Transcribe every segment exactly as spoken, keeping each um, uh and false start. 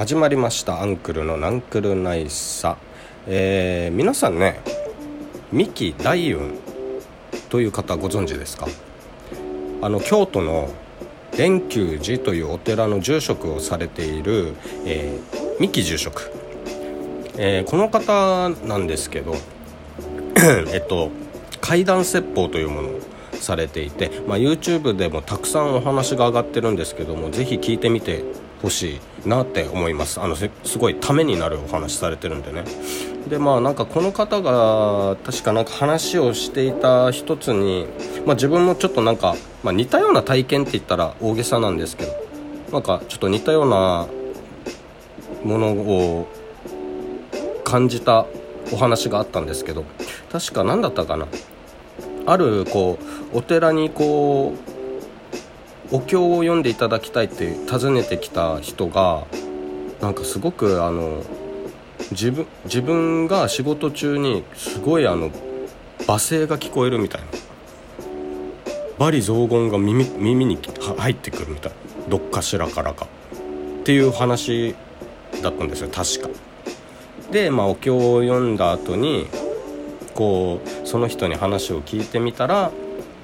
始まりましたアンクルのナンクルナイサ、えー、皆さんね、三木大雲という方ご存知ですか？あの京都の蓮久寺というお寺の住職をされている、えー、三木住職、えー、この方なんですけどえっと怪談説法というものをされていて、まあ、YouTube でもたくさんお話が上がってるんですけども、ぜひ聞いてみてほしいなって思います。あのすごいためになるお話されてるんでね。でまあなんかこの方が確かなんか話をしていた一つに、まあ、自分もちょっとなんか、まあ、似たような体験って言ったら大げさなんですけど、なんかちょっと似たようなものを感じたお話があったんですけど、確か何だったかな、あるこうお寺にこうお経を読んでいただきたいって訪ねてきた人が、なんかすごくあの自分自分が仕事中にすごいあの罵声が聞こえるみたいな、罵詈雑言が 耳, 耳に入ってくるみたいな、どっかしらからかっていう話だったんですよ確か。でまあお経を読んだ後にこうその人に話を聞いてみたら、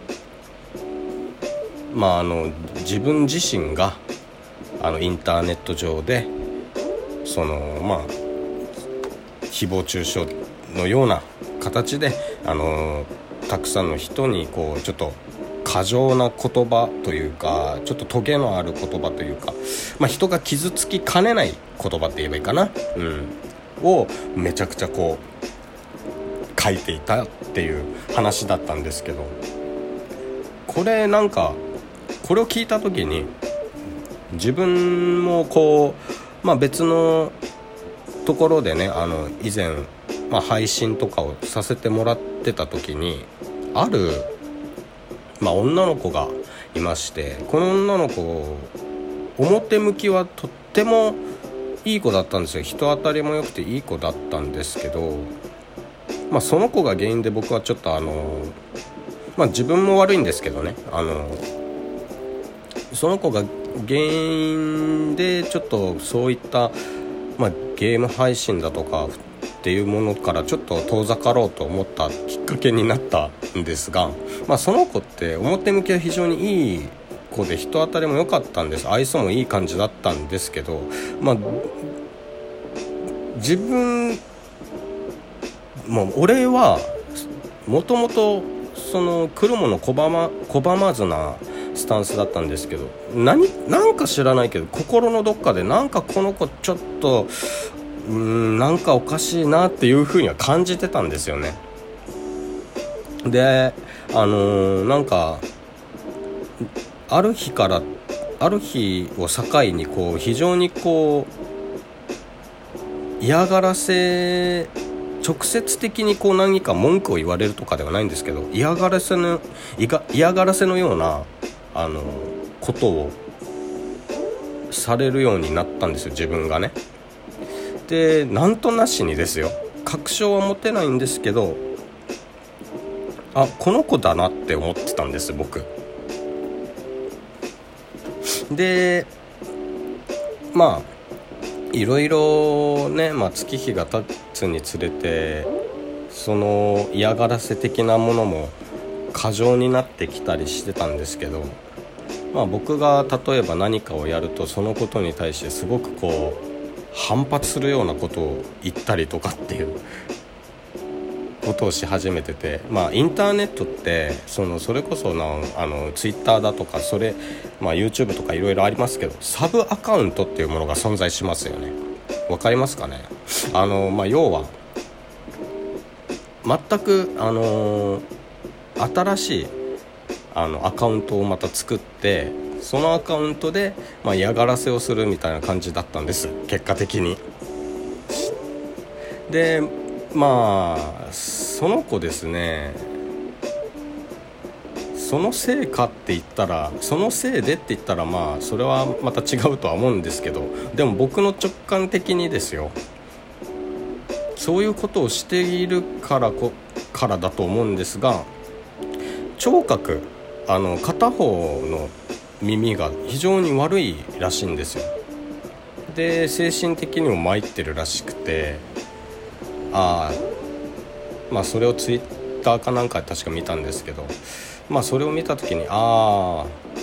まああの自分自身があのインターネット上でそのまあ誹謗中傷のような形であのたくさんの人にこうちょっと過剰な言葉というか、ちょっとトゲのある言葉というか、まあ、人が傷つきかねない言葉って言えばいいかな、うん、をめちゃくちゃこう書いていたっていう話だったんですけど、これなんかこれを聞いた時に自分もこう、まあ、別のところでね、あの以前、まあ、配信とかをさせてもらってた時にある、まあ、女の子がいまして、この女の子表向きはとってもいい子だったんですよ。人当たりも良くていい子だったんですけど、まあ、その子が原因で僕はちょっとあの、まあ、自分も悪いんですけどね、あのその子が原因でちょっとそういった、まあ、ゲーム配信だとかっていうものからちょっと遠ざかろうと思ったきっかけになったんですが、まあ、その子って表向きは非常にいい子で人当たりも良かったんです。愛想もいい感じだったんですけど、まあ、自分もう俺はもともとその来るもの拒ま、拒まずなスタンスだったんですけど、何なんか知らないけど心のどっかでなんかこの子ちょっとうーんなんかおかしいなっていう風には感じてたんですよね。であのー、なんかある日からある日を境にこう非常にこう嫌がらせ、直接的にこう何か文句を言われるとかではないんですけど、嫌がらせの嫌がらせのようなあのことをされるようになったんですよ、自分がね。でなんとなしにですよ、確証は持てないんですけど、あこの子だなって思ってたんです僕で。まあいろいろね、まあ、月日が経つにつれてその嫌がらせ的なものも過剰になってきたりしてたんですけど、まあ、僕が例えば何かをやるとそのことに対してすごくこう反発するようなことを言ったりとかっていうことをし始めてて、まあ、インターネットってそのそれこそなあのツイッターだとかそれ、まあ、YouTube とかいろいろありますけど、サブアカウントっていうものが存在しますよね。わかりますかね。あの、まあ、要は全くあの新しいあのアカウントをまた作って、そのアカウントで、まあ、嫌がらせをするみたいな感じだったんです、結果的に。でまあその子ですね、そのせいかって言ったらそのせいでって言ったらまあそれはまた違うとは思うんですけど、でも僕の直感的にですよ、そういうことをしているからこからだと思うんですが、聴覚あの片方の耳が非常に悪いらしいんですよ。 で精神的にも参ってるらしくて、ああまあそれをツイッターかなんか確か見たんですけど、まあそれを見た時にああ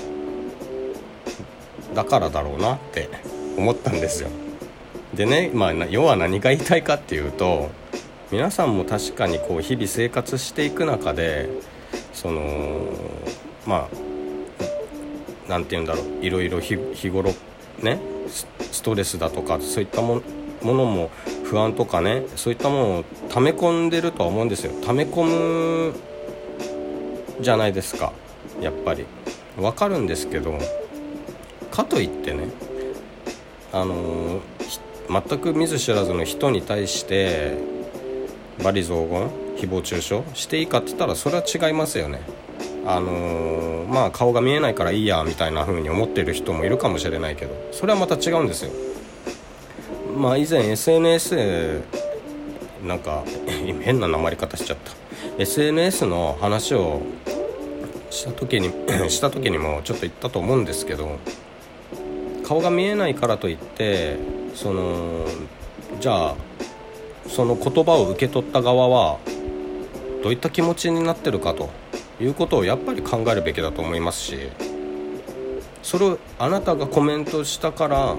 だからだろうなって思ったんですよ。でね、まあ要は何が言いたいかっていうと、皆さんも確かにこう日々生活していく中でそのまあなんて言うんだろう、いろいろ日頃ねストレスだとかそういったものも不安とかね、そういったものを溜め込んでるとは思うんですよ。溜め込むじゃないですか。やっぱりわかるんですけど、かといってね、あの全く見ず知らずの人に対して罵詈雑言、誹謗中傷していいかって言ったらそれは違いますよね。あのー、まあ顔が見えないからいいやみたいな風に思ってる人もいるかもしれないけど、それはまた違うんですよ。まあ以前 エスエヌエス なんか変ななまり方しちゃった エスエヌエス の話をした時にした時にもちょっと言ったと思うんですけど、顔が見えないからといってそのじゃあその言葉を受け取った側はどういった気持ちになってるかということをやっぱり考えるべきだと思いますし、それをあなたがコメントしたから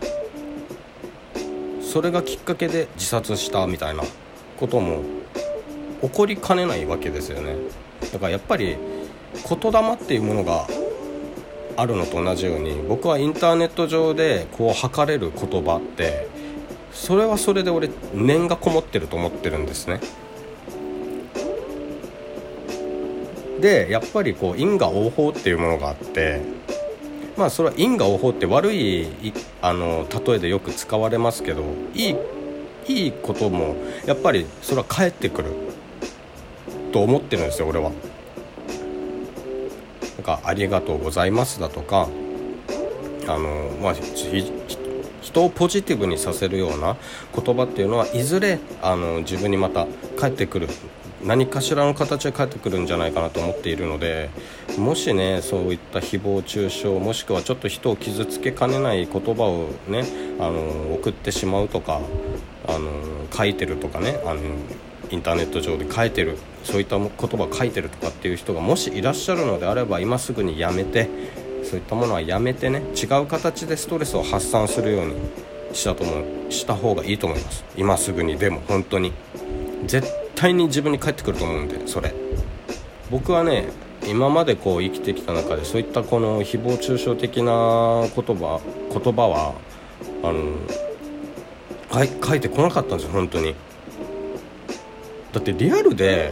それがきっかけで自殺したみたいなことも起こりかねないわけですよね。だからやっぱり言霊っていうものがあるのと同じように、僕はインターネット上でこう吐かれる言葉ってそれはそれで俺念がこもってると思ってるんですね。でやっぱりこう因果応報っていうものがあって、まあそれは因果応報って悪いあの例えでよく使われますけど、いいいいこともやっぱりそれは返ってくると思ってるんですよ俺は。なんかありがとうございますだとか、あのまあ人をポジティブにさせるような言葉っていうのはいずれあの自分にまた返ってくる、何かしらの形で返ってくるんじゃないかなと思っているので、もしねそういった誹謗中傷もしくはちょっと人を傷つけかねない言葉をねあの送ってしまうとか、あの書いてるとかね、あのインターネット上で書いてる、そういった言葉を書いてるとかっていう人がもしいらっしゃるのであれば、今すぐにやめて、そういったものはやめてね、違う形でストレスを発散するようにしたと思うした方がいいと思います。今すぐにでも本当に絶対に自分に返ってくると思うんで、それ僕はね今までこう生きてきた中でそういったこの誹謗中傷的な言葉言葉はあの書いてこなかったんですよ本当に。だってリアルで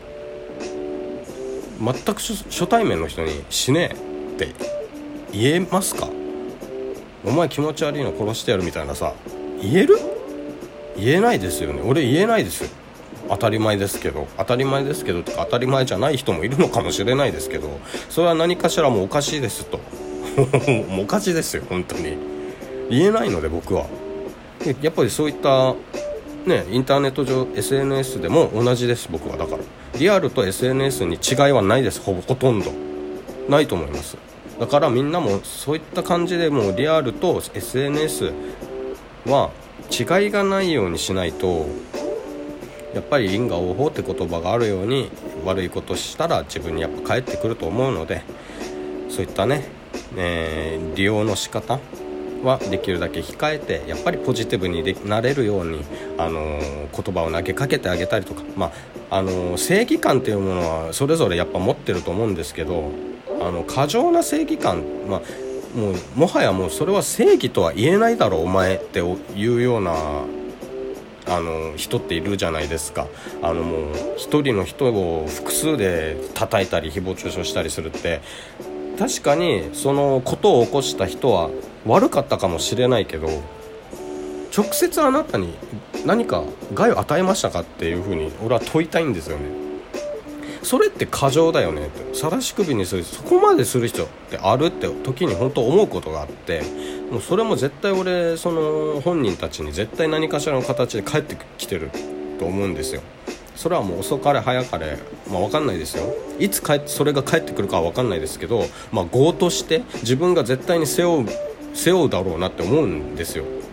全く初対面の人に死ねって言えますか？お前気持ち悪いの殺してやるみたいなさ、言える？言えないですよね。俺言えないですよ。当たり前ですけど当たり前ですけどとか当たり前じゃない人もいるのかもしれないですけど、それは何かしらもうおかしいですともうおかしいですよ本当に。言えないので僕はやっぱりそういったね、インターネット上 エスエヌエス でも同じです。僕はだからリアルと エスエヌエス に違いはないです。ほぼほとんどないと思います。だからみんなもそういった感じでもうリアルと エスエヌエス は違いがないようにしないと、やっぱり因果応報って言葉があるように悪いことしたら自分にやっぱ返ってくると思うので、そういったね、えー、利用の仕方はできるだけ控えて、やっぱりポジティブにでなれるように、あのー、言葉を投げかけてあげたりとか、まああのー、正義感っていうものはそれぞれやっぱ持ってると思うんですけど、あの過剰な正義感、まあ、もうもはやもうそれは正義とは言えないだろうお前っていうようなあの人っているじゃないですか。あのもう一人の人を複数で叩いたり誹謗中傷したりするって、確かにそのことを起こした人は悪かったかもしれないけど、直接あなたに何か害を与えましたかっていうふうに俺は問いたいんですよね。それって過剰だよねって、晒し首にする、そこまでする必要ってあるって時に本当思うことがあって、もうそれも絶対俺その本人たちに絶対何かしらの形で返ってきてると思うんですよ。それはもう遅かれ早かれ、まあ分かんないですよ、いつ帰ってそれが返ってくるかは分かんないですけど、まあ業として自分が絶対に背負う背負うだろうなって思うんですよ。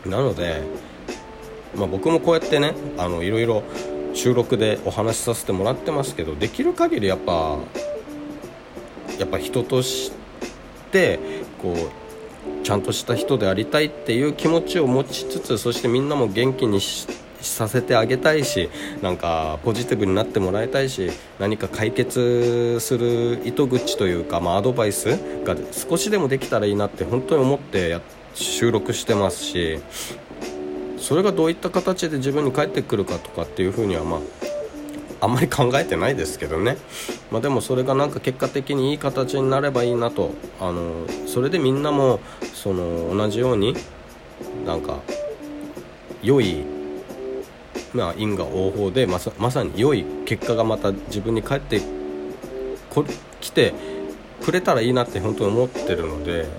なので、まあ、僕もこうやってねあのいろいろ収録でお話しさせてもらってますけど、できる限りやっぱやっぱ人としてこうちゃんとした人でありたいっていう気持ちを持ちつつ、そしてみんなも元気にしさせてあげたいし、なんかポジティブになってもらいたいし、何か解決する糸口というか、まあ、アドバイスが少しでもできたらいいなって本当に思ってや収録してますし、それがどういった形で自分に返ってくるかとかっていうふうにはまああんまり考えてないですけどね、まあ、でもそれがなんか結果的にいい形になればいいなと、あのそれでみんなもその同じようになんか良い、まあ、因果応報でま さ, まさに良い結果がまた自分に返ってこ来てくれたらいいなって本当に思ってるので、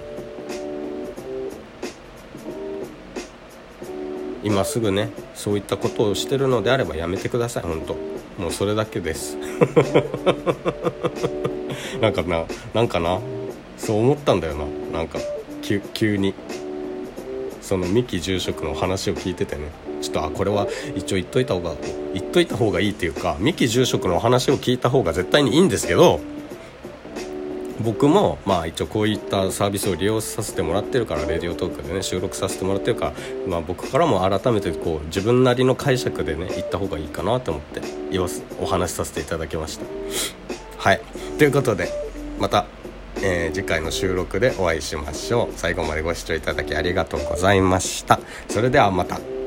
今すぐねそういったことをしてるのであればやめてください。本当もうそれだけですなんかななんかなそう思ったんだよな。なんか急急にその三木住職の話を聞いててね、ちょっとあこれは一応言っといた方が言っといた方がいいっていうか、三木住職の話を聞いた方が絶対にいいんですけど、僕もまあ一応こういったサービスを利用させてもらってるから、レディオトークでね収録させてもらってるから、まあ、僕からも改めてこう自分なりの解釈でね言った方がいいかなと思ってお話しさせていただきました。はい、ということでまた、えー、次回の収録でお会いしましょう。最後までご視聴いただきありがとうございました。それではまた。